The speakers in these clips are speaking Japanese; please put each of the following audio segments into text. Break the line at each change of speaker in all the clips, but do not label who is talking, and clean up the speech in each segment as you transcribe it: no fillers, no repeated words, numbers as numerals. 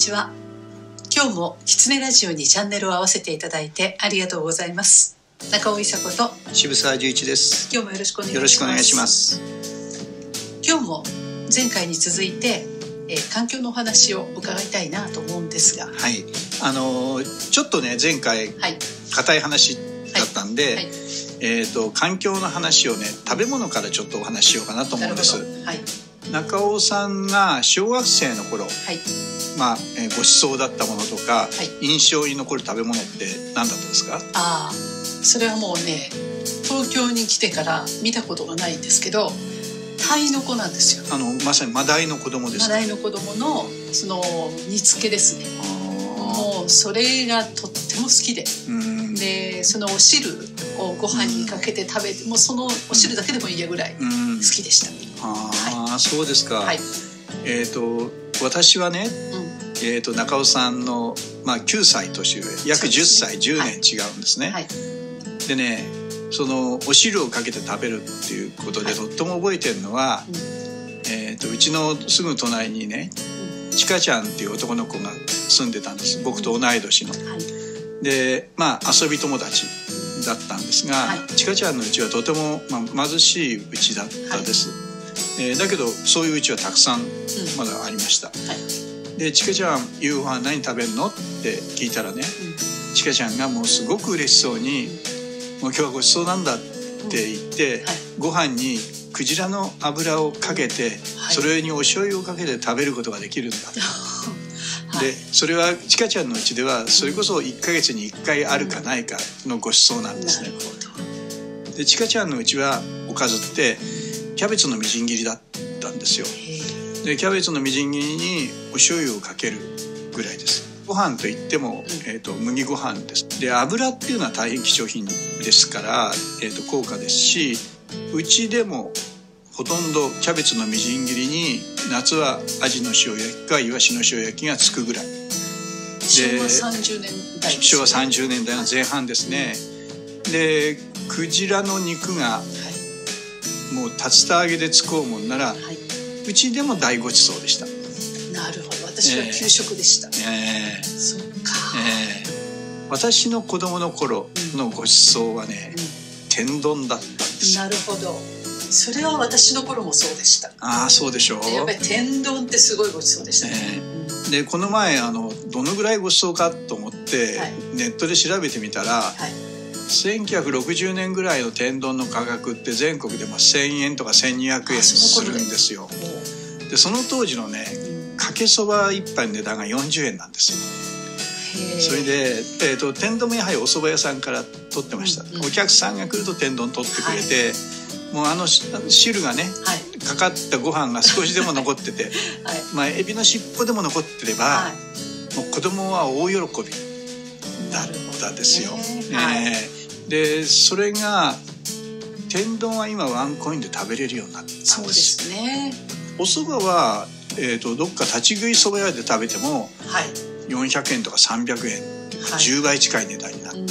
ちは。今日もキツネラジオにチャンネルを合わせていただいてありがとうございます。中尾伊佐子と
渋沢十一です。
今日もよろしくお願いします。
よろしくお願いします。
今日も前回に続いて、環境のお話を伺いたいなと思うんですが、
はい、ちょっとね前回硬い話だったんで、環境の話をね食べ物からちょっとお話ししようかなと思うんです。
はい、
中尾さんが小学生の頃、ごちそうだったものとか、印象に残る食べ物って何だったですか？
それはもうね、東京に来てから見たことがないんですけど、タイの子なんですよ。
まさにマダイの子供ですか？
マダイの子供のその煮付けですね。もうそれがとっても好きで、でそのお汁をご飯にかけて食べて、もうそのお汁だけでもいいやぐらい好きでした。
そうですか。はい、私はね、中尾さんの、9歳年上、約10歳、10年違うんですね。でね、そのお汁をかけて食べるっていうことでとっても覚えてるのは、うちのすぐ隣にね、ちかちゃんっていう男の子が住んでたんです。僕と同い年の。で、遊び友達だったんですが、ちかちゃんの家はとても、貧しい家だったです。だけどそういう家はたくさんまだありました。で、ちかちゃん夕飯何食べるのって聞いたらね、ちかちゃんがもうすごく嬉しそうに、もう今日はごちそうなんだって言って、ご飯にクジラの油をかけて、それにお醤油をかけて食べることができるんだで、それはちかちゃんの家ではそれこそ1ヶ月に1回あるかないかのごちそうなんですね。で、ちかちゃんの家はおかずってキャベツのみじん切りだったんですよ。で、キャベツのみじん切りにお醤油をかけるぐらいです。ご飯といっても、麦ご飯です。で、油っていうのは大変貴重品ですから、高価ですし、うちでもほとんどキャベツのみじん切りに夏はアジの塩焼きかイワシの塩焼きがつくぐらいで、
昭和30年代、
昭和30年代の前半ですね。で、クジラの肉がもう竜田揚げでつこうもんなら、うちでも大ごちそうでした。
なるほど。私は給食でした。そっか。
私の子供の頃のごちそうはね、天丼だったんです。
なるほど。それは私の頃もそうでした。
そうでしょう。
やっぱり天丼ってすごいごちそうでしたね。
で、この前どのぐらいごちそうかと思って、ネットで調べてみたら、1960年ぐらいの天丼の価格って全国でも1000円とか1200円するんですよ。で、その当時のね、かけそば一杯の値段が40円なんですよ。それで、天丼もやはりお蕎麦屋さんから取ってました。お客さんが来ると天丼取ってくれて、もう汁がね、かかったご飯が少しでも残ってて、エビの尻尾でも残ってれば、もう子供は大喜びだったですよ。で、それが天丼は今ワンコインで食べれるようになったんです。
そうですね。
お蕎麦は、どっか立ち食い蕎麦屋で食べても、400円とか300円って10倍近い値段になって、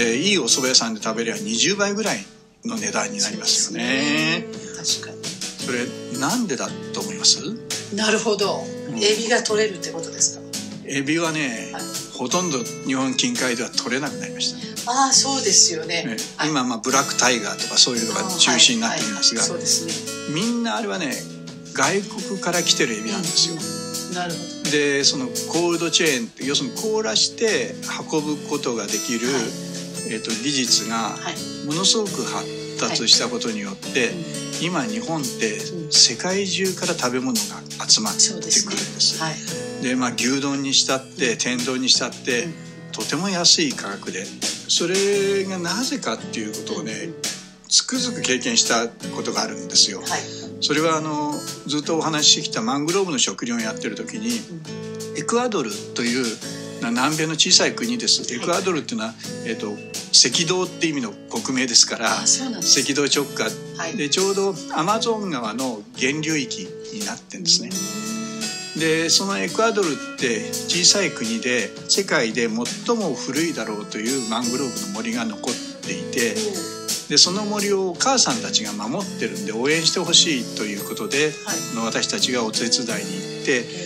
で、いいお蕎麦屋さんで食べれば20倍ぐらいの値段になりますよね。
確かに。
それなんでだと思います？
なるほど。エビが取れるってことですか？
エビはね、ほとんど日本近海では取れなくなりました。
そうですよね。
今ブラックタイガーとかそういうのが中心になっていますが、
そうですね。
みんなあれはね、外国から来てるエビなんですよ。
なるほど。
で、そのコールドチェーンって、要するに凍らして運ぶことができる、技術がものすごく発達したことによって、今日本って世界中から食べ物が集まってくるんです。で、牛丼にしたって天丼にしたって、とても安い価格で、それがなぜかっていうことをね、つくづく経験したことがあるんですよ。それはずっとお話ししてきたマングローブの植林をやってる時に、エクアドルという南米の小さい国です。エクアドルっていうのは、赤道って意味の国名ですから、赤道直下でちょうどアマゾン川の源流域になってるんですね。で、そのエクアドルって小さい国で世界で最も古いだろうというマングローブの森が残っていて、でその森をお母さんたちが守ってるんで応援してほしいということで、私たちがお手伝いに行って、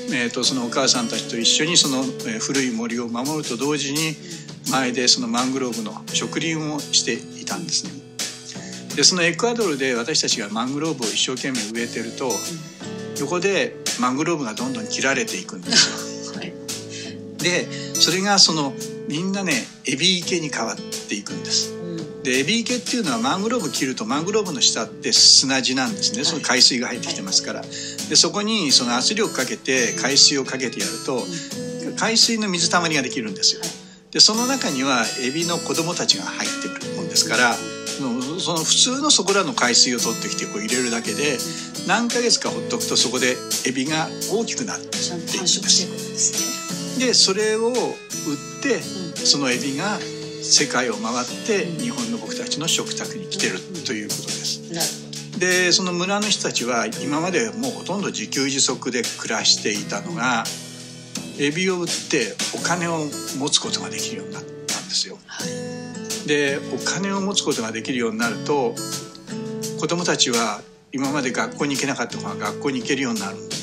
そのお母さんたちと一緒にその古い森を守ると同時に前でそのマングローブの植林をしていたんですね。でそのエクアドルで私たちがマングローブを一生懸命植えてると、横でマングローブがどんどん切られていくんですよ。はい、でそれがそのみんなねエビ池に変わっていくんです。でエビ池っていうのはマングローブ切るとマングローブの下って砂地なんですね。その海水が入ってきてますから。でそこにその圧力かけて海水をかけてやると海水の水たまりができるんですよ。でその中にはエビの子供たちが入ってくるもんですから、その普通のそこらの海水を取ってきてこう入れるだけで何ヶ月かほっとくとそこでエビが大きくなっていくんですね。でそれを売ってそのエビが世界を回って日本の僕たちの食卓に来てるということです。でその村の人たちは今までもうほとんど自給自足で暮らしていたのが、エビを売ってお金を持つことができるようになったんですよ。でお金を持つことができるようになると子どもたちは今まで学校に行けなかった子が学校に行けるようになるんです。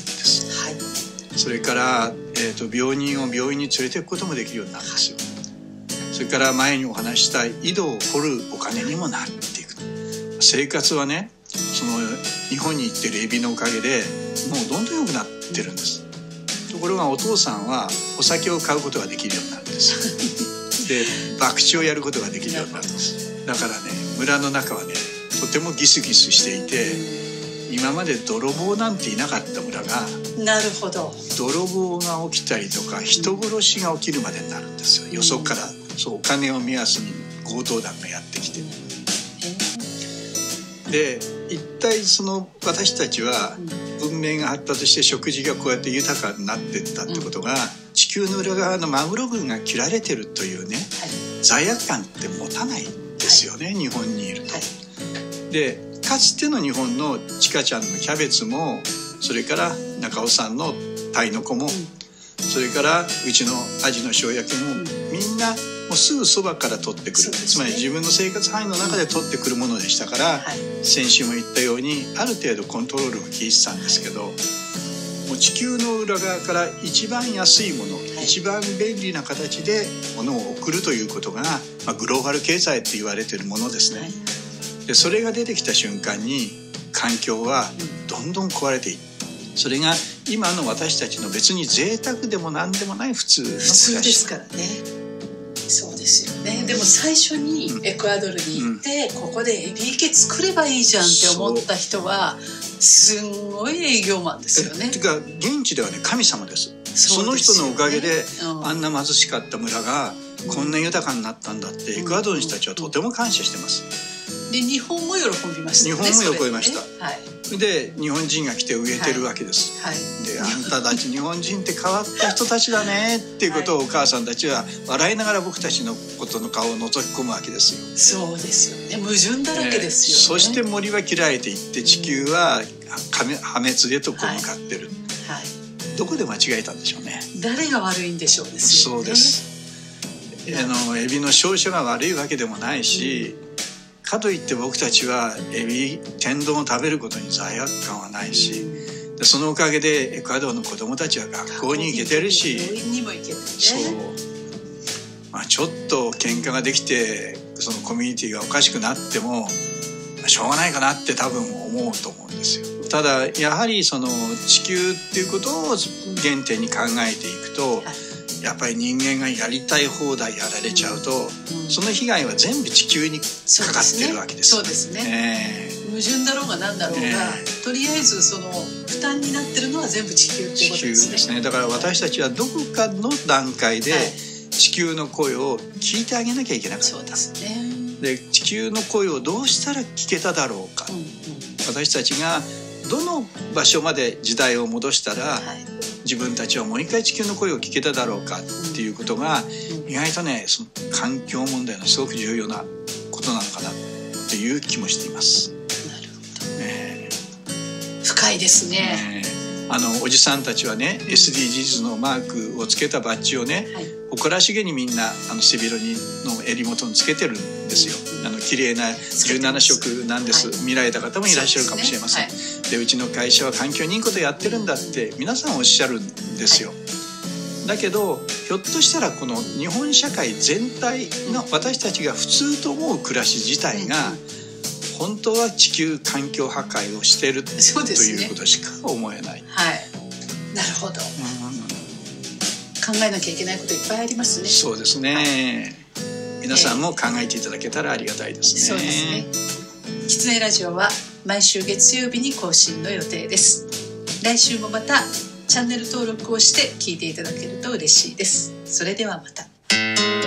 それから、病人を病院に連れて行くこともできるようになるんですよ。それから前にお話しした井戸を掘るお金にもなっていく。生活はねその日本に行ってるエビのおかげでもうどんどん良くなってるんです。ところがお父さんはお酒を買うことができるようになるんですで博打をやることができるようになるんです。だからね村の中はねとてもギスギスしていて、今まで泥棒なんていなかった村が
なるほど
泥棒が起きたりとか人殺しが起きるまでになるんですよ。よそからそうお金を目安に強盗団がやってきて、で一体その私たちは文明が発達して食事がこうやって豊かになっていったってことが、地球の裏側のマグロ群が切られてるというね、罪悪感って持たないですよね、日本にいると。でかつての日本のちかちゃんのキャベツも、それから中尾さんのタイの子も、それからうちのアジの塩焼きも、みんなもうすぐそばから取ってくる、つまり自分の生活範囲の中で取ってくるものでしたから、先週も言ったようにある程度コントロールが効いてたんですけど、もう地球の裏側から一番安いもの、一番便利な形で物を送るということが、グローバル経済って言われているものですね。でそれが出てきた瞬間に環境はどんどん壊れていって、それが今の私たちの別に贅沢でも何でもない普通の暮らし。
普通ですからね。そうですよね。でも最初にエクアドルに行って、ここでエビ池作ればいいじゃんって思った人はすんごい営業マンですよね。
てか現地ではね神様です。その人のおかげで、あんな貧しかった村がこんな豊かになったんだってエクアドルの人たちはとても感謝してます。
で日本も喜びましたね。
日本も喜びました。で日本人が来て植えてるわけです。であんたたち日本人って変わった人たちだねっていうことをお母さんたちは笑いながら僕たちのことの顔を覗き込むわけです
よ。そうですよね。矛盾だらけですよね。
そして森は切られていって地球は破滅へとこう向かってる。どこで間違えたんでしょうね。
誰が悪いんでしょうですよね。
そうです。エビの消費者が悪いわけでもないし、かといって僕たちはエビ天丼を食べることに罪悪感はないし、そのおかげでエクアドルの子供たちは学校に行けてるし、
病院にも行けるね。
そう、ちょっと喧嘩ができてそのコミュニティがおかしくなっても、しょうがないかなって多分思うと思うんですよ。ただやはりその地球っていうことを原点に考えていくと、やっぱり人間がやりたい放題やられちゃうと、その被害は全部地球にかかってるわけです。
そうですね。矛盾だろうが何だろうが、とりあえずその負担になってるのは全部地球っていうことですね。地球ですね。だ
から私たちはどこかの段階で地球の声を聞いてあげなきゃいけなかった。
そうですね。
で地球の声をどうしたら聞けただろうか、私たちがどの場所まで時代を戻したら、自分たちはもう一回地球の声を聞けただろうかっていうことが、意外とねその環境問題のすごく重要なことなのかなっていう気もしています。なる
ほど。深いですね。
おじさんたちはね SDGs のマークをつけたバッジをね、誇らしげにみんな背広の襟元につけてるんですよ。綺麗な17色なんです、見られた方もいらっしゃるかもしれません。でうちの会社は環境にいいことやってるんだって皆さんおっしゃるんですよ。だけどひょっとしたらこの日本社会全体の私たちが普通と思う暮らし自体が本当は地球環境破壊をしているということしか思えない。
はい、なるほど、考えなきゃいけないこといっぱいありますね。
そうですね、皆さんも考えていただけたらありがたいですね。
そうですね。キツネラジオは毎週月曜日に更新の予定です。来週もまたチャンネル登録をして聞いていただけると嬉しいです。それではまた。